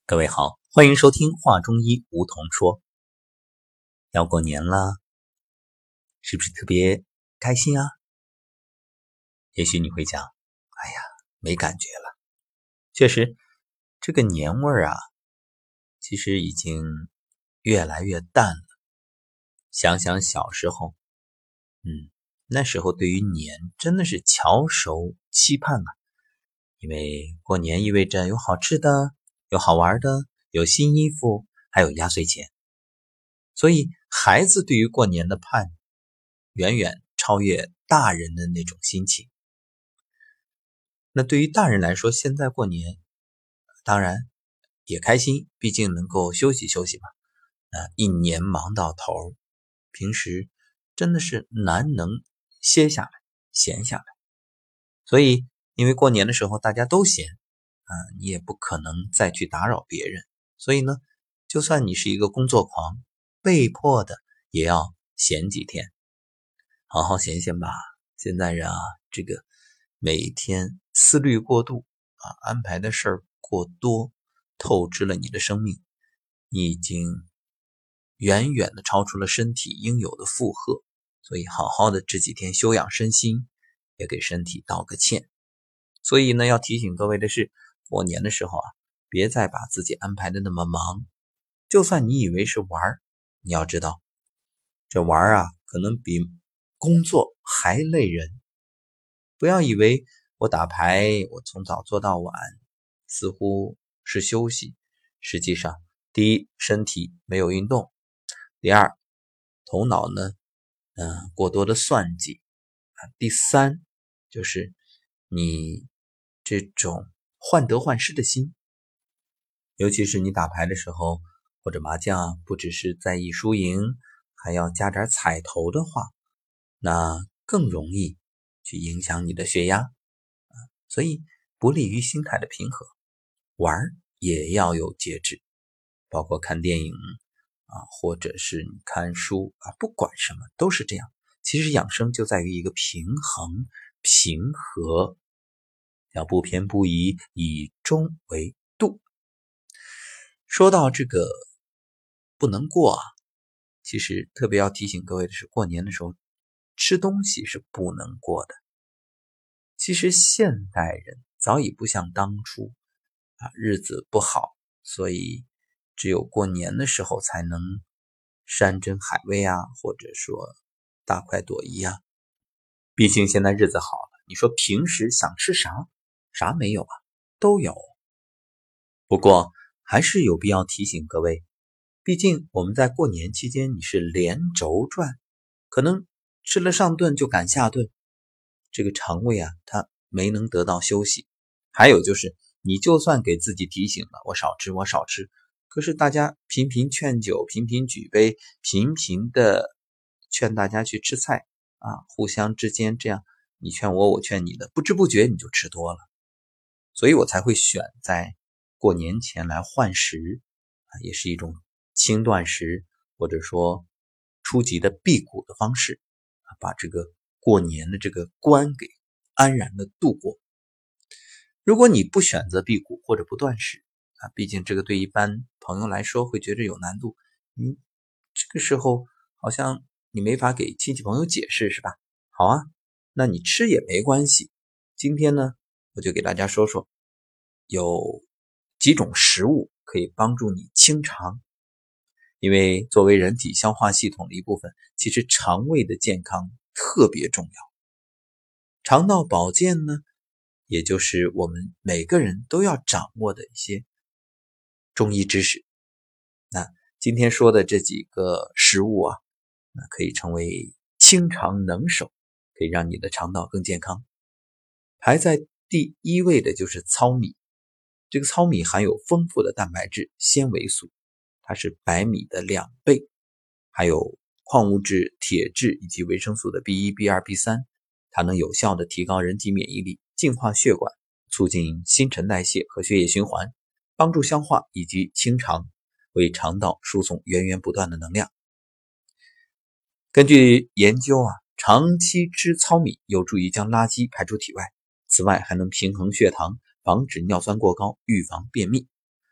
各位好，欢迎收听话中医梧桐说。要过年了，是不是特别开心啊？也许你会讲，哎呀，没感觉了。确实，这个年味儿啊，其实已经越来越淡了。想想小时候，那时候对于年真的是翘首期盼啊。因为过年意味着有好吃的，有好玩的，有新衣服，还有压岁钱。所以孩子对于过年的盼远远超越大人的那种心情。那对于大人来说，现在过年当然也开心，毕竟能够休息休息嘛。一年忙到头，平时真的是难能歇下来闲下来。所以因为过年的时候大家都闲你也不可能再去打扰别人，所以呢，就算你是一个工作狂，被迫的也要闲几天，好好闲闲吧。现在人这个每天思虑过度安排的事儿过多，透支了你的生命，你已经远远的超出了身体应有的负荷，所以好好的这几天休养身心，也给身体道个歉。所以呢，要提醒各位的是，过年的时候别再把自己安排的那么忙。就算你以为是玩，你要知道，这玩可能比工作还累人。不要以为我打牌，我从早做到晚，似乎是休息。实际上，第一，身体没有运动；第二，头脑呢，过多的算计；第三，就是你这种患得患失的心。尤其是你打牌的时候，或者麻将不只是在意输赢，还要加点彩头的话，那更容易去影响你的血压所以不利于心态的平和。玩也要有节制，包括看电影或者是你看书不管什么都是这样。其实养生就在于一个平衡平和，要不偏不倚，以中为度。说到这个不能过其实特别要提醒各位的是，过年的时候吃东西是不能过的。其实现代人早已不像当初日子不好，所以只有过年的时候才能山珍海味或者说大快朵颐毕竟现在日子好了，你说平时想吃啥没有都有。不过还是有必要提醒各位，毕竟我们在过年期间你是连轴转，可能吃了上顿就赶下顿，这个肠胃它没能得到休息。还有就是你就算给自己提醒了，我少吃，可是大家频频劝酒，频频举杯，频频的劝大家去吃菜互相之间这样你劝我我劝你的，不知不觉你就吃多了。所以我才会选在过年前来换食也是一种轻断食或者说初级的辟谷的方式把这个过年的这个关给安然的度过。如果你不选择辟谷或者不断食毕竟这个对一般朋友来说会觉得有难度，这个时候好像你没法给亲戚朋友解释是吧？好那你吃也没关系。今天呢，我就给大家说说有几种食物可以帮助你清肠。因为作为人体消化系统的一部分，其实肠胃的健康特别重要。肠道保健呢，也就是我们每个人都要掌握的一些中医知识。那今天说的这几个食物那可以成为清肠能手，可以让你的肠道更健康。排在第一位的就是糙米。这个糙米含有丰富的蛋白质、纤维素，它是白米的2倍，还有矿物质、铁质以及维生素的 B1、B2、B3，它能有效的提高人体免疫力，净化血管，促进新陈代谢和血液循环，帮助消化以及清肠，为肠道输送源源不断的能量。根据研究长期吃糙米有助于将垃圾排出体外，此外还能平衡血糖，防止尿酸过高，预防便秘。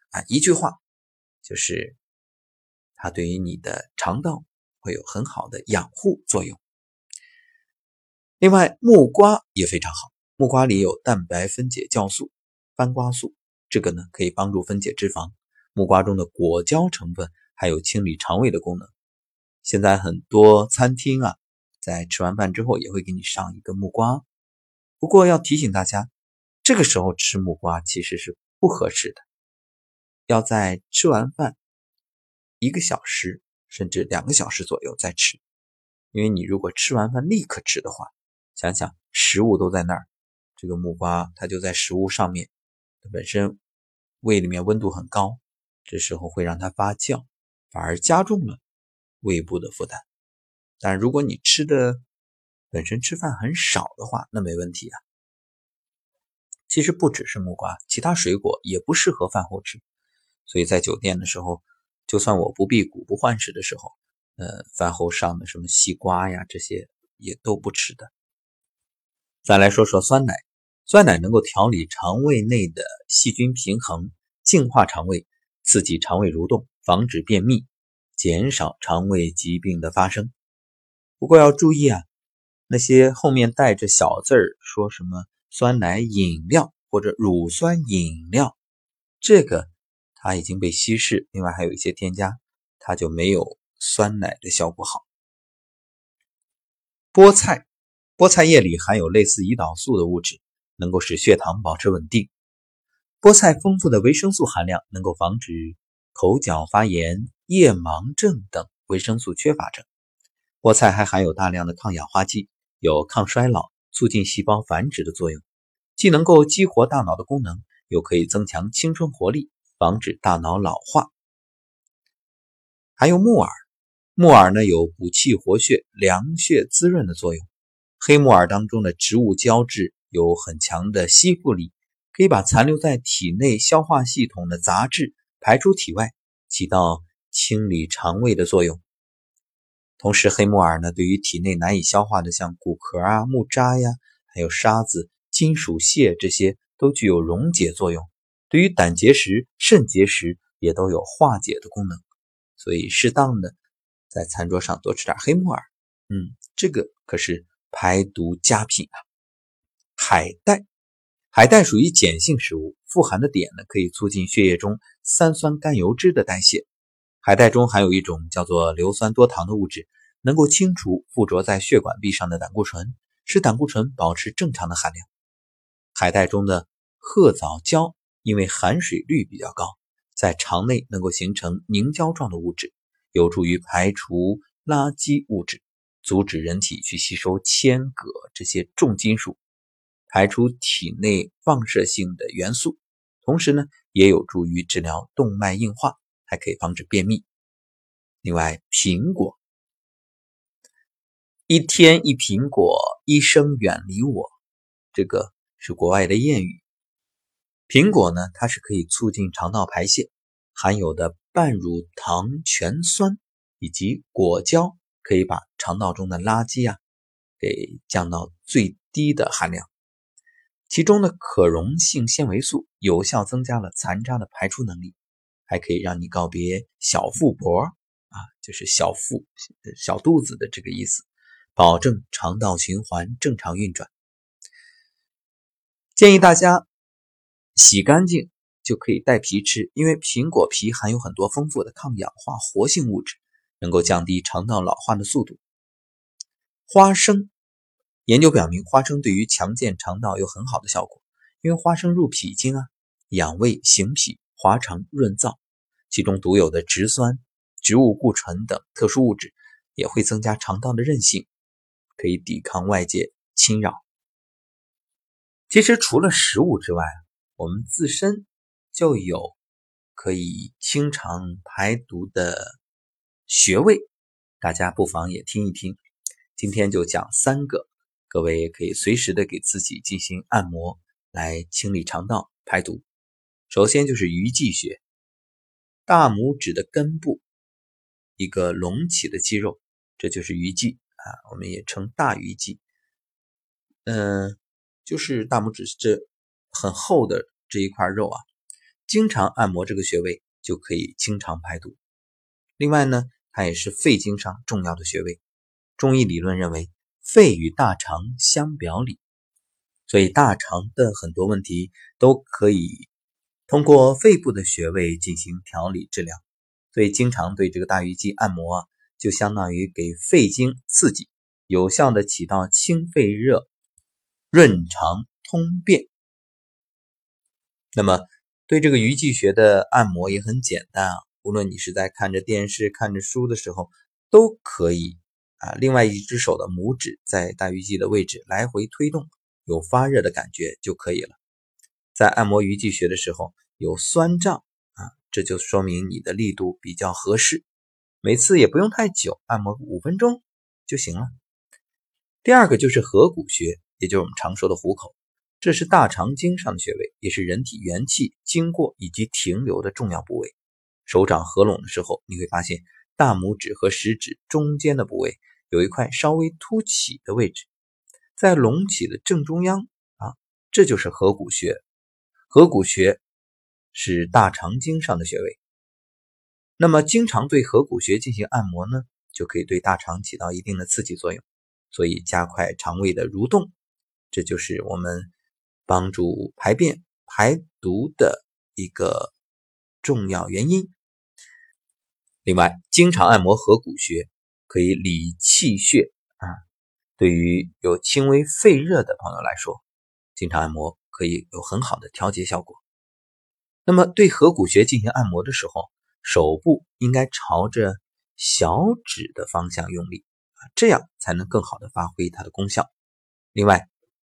一句话就是它对于你的肠道会有很好的养护作用。另外木瓜也非常好，木瓜里有蛋白分解酵素番瓜素，这个呢可以帮助分解脂肪。木瓜中的果胶成分还有清理肠胃的功能。现在很多餐厅在吃完饭之后也会给你上一个木瓜，不过要提醒大家，这个时候吃木瓜其实是不合适的，要在吃完饭1个小时甚至2个小时左右再吃。因为你如果吃完饭立刻吃的话，想想食物都在那儿，这个木瓜它就在食物上面，它本身胃里面温度很高，这时候会让它发酵，反而加重了胃部的负担。但如果你本身吃饭很少的话，那没问题啊。其实不只是木瓜，其他水果也不适合饭后吃，所以在酒店的时候，就算我不辟谷不换食的时候，饭后上的什么西瓜呀，这些也都不吃的。再来说说酸奶，酸奶能够调理肠胃内的细菌平衡，净化肠胃，刺激肠胃蠕动，防止便秘，减少肠胃疾病的发生。不过要注意那些后面带着小字儿说什么酸奶饮料或者乳酸饮料，这个它已经被稀释，另外还有一些添加，它就没有酸奶的效果好。菠菜叶里含有类似胰岛素的物质，能够使血糖保持稳定。菠菜丰富的维生素含量能够防止口角发炎、夜盲症等维生素缺乏症。菠菜还含有大量的抗氧化剂，有抗衰老、促进细胞繁殖的作用，既能够激活大脑的功能，又可以增强青春活力，防止大脑老化。还有木耳，木耳呢有补气活血、凉血滋润的作用。黑木耳当中的植物胶质有很强的吸附力，可以把残留在体内消化系统的杂质排出体外，起到清理肠胃的作用。同时黑木耳呢，对于体内难以消化的像骨壳木渣呀，还有沙子、金属屑，这些都具有溶解作用，对于胆结石、肾结石也都有化解的功能。所以适当的在餐桌上多吃点黑木耳，这个可是排毒佳品啊。海带属于碱性食物，富含的碘呢可以促进血液中三酸甘油脂的代谢。海带中含有一种叫做硫酸多糖的物质，能够清除附着在血管壁上的胆固醇，使胆固醇保持正常的含量。海带中的褐藻胶因为含水率比较高，在肠内能够形成凝胶状的物质，有助于排除垃圾物质，阻止人体去吸收铅、铬这些重金属，排出体内放射性的元素，同时呢，也有助于治疗动脉硬化，还可以防止便秘。另外，苹果，一天一苹果，医生远离我，这个是国外的谚语。苹果呢，它是可以促进肠道排泄，含有的半乳糖醛酸以及果胶可以把肠道中的垃圾给降到最低的含量。其中的可溶性纤维素有效增加了残渣的排出能力，还可以让你告别小腹婆就是小肚子的这个意思，保证肠道循环正常运转。建议大家洗干净就可以带皮吃，因为苹果皮含有很多丰富的抗氧化活性物质，能够降低肠道老化的速度。花生，研究表明花生对于强健肠道有很好的效果，因为花生入脾经养胃行脾，滑肠润燥，其中独有的植酸、植物固醇等特殊物质也会增加肠道的韧性，可以抵抗外界侵扰。其实除了食物之外，我们自身就有可以清肠排毒的穴位，大家不妨也听一听。今天就讲3个，各位也可以随时的给自己进行按摩，来清理肠道排毒。首先就是鱼际穴，大拇指的根部一个隆起的肌肉，这就是鱼际我们也称大鱼际。就是大拇指这很厚的这一块肉经常按摩这个穴位就可以清肠排毒。另外呢，它也是肺经上重要的穴位。中医理论认为肺与大肠相表里，所以大肠的很多问题都可以通过肺部的穴位进行调理治疗。所以经常对这个大鱼际按摩就相当于给肺经刺激，有效的起到清肺热、润肠通便。那么对这个鱼际穴的按摩也很简单无论你是在看着电视看着书的时候都可以另外一只手的拇指在大鱼际的位置来回推动，有发热的感觉就可以了。在按摩鱼际穴的时候有酸胀这就说明你的力度比较合适，每次也不用太久，按摩5分钟就行了。第二个就是合谷穴，也就是我们常说的虎口，这是大肠经上的穴位，也是人体元气经过以及停留的重要部位。手掌合拢的时候，你会发现大拇指和食指中间的部位有一块稍微凸起的位置，在隆起的正中央这就是合谷穴。合谷穴是大肠经上的穴位，那么经常对合谷穴进行按摩呢，就可以对大肠起到一定的刺激作用，所以加快肠胃的蠕动，这就是我们帮助排便排毒的一个重要原因。另外经常按摩合谷穴可以理气血对于有轻微肺热的朋友来说，经常按摩可以有很好的调节效果。那么对合谷穴进行按摩的时候，手部应该朝着小指的方向用力这样才能更好的发挥它的功效。另外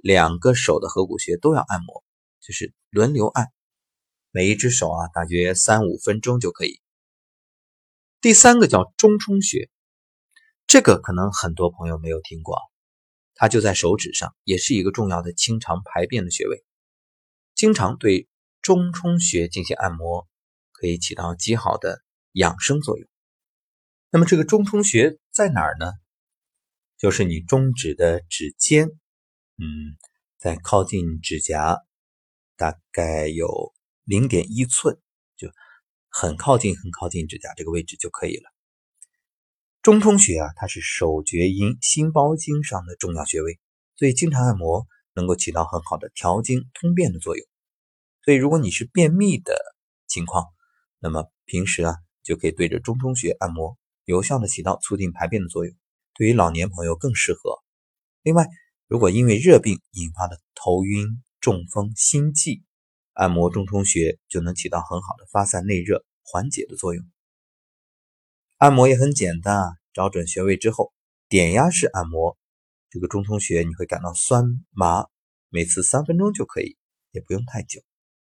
2个手的合谷穴都要按摩，就是轮流按，每一只手大约3-5分钟就可以。第3个叫中冲穴，这个可能很多朋友没有听过它就在手指上，也是一个重要的清肠排便的穴位。经常对中冲穴进行按摩，可以起到极好的养生作用。那么这个中冲穴在哪儿呢？就是你中指的指尖在靠近指甲大概有 0.1 寸，就很靠近指甲这个位置就可以了。中冲穴它是手厥阴心包经上的重要穴位，所以经常按摩能够起到很好的调经通便的作用。所以如果你是便秘的情况，那么平时就可以对着中冲穴按摩，有效的起到促进排便的作用，对于老年朋友更适合。另外如果因为热病引发的头晕、中风、心悸，按摩中冲穴就能起到很好的发散内热、缓解的作用。按摩也很简单找准穴位之后点压式按摩，这个中冲穴你会感到酸麻，每次3分钟就可以，也不用太久。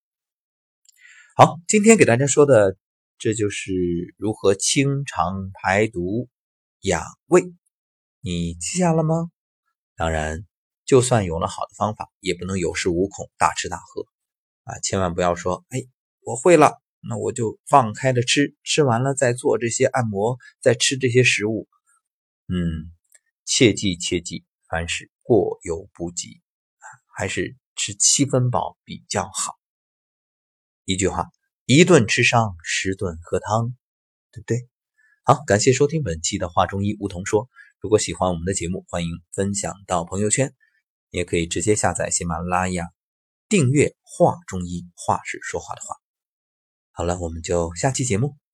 好，今天给大家说的这就是如何清肠排毒养胃，你记下了吗？当然就算有了好的方法，也不能有恃无恐大吃大喝千万不要说我会了，那我就放开的吃，吃完了再做这些按摩，再吃这些食物切记，凡事过犹不及还是吃7分饱比较好。一句话，1顿吃伤10顿喝汤，对不对？好，感谢收听本期的话中医梧桐说。如果喜欢我们的节目，欢迎分享到朋友圈，也可以直接下载喜马拉雅订阅话中医，话是说话的话。好了，我们就下期节目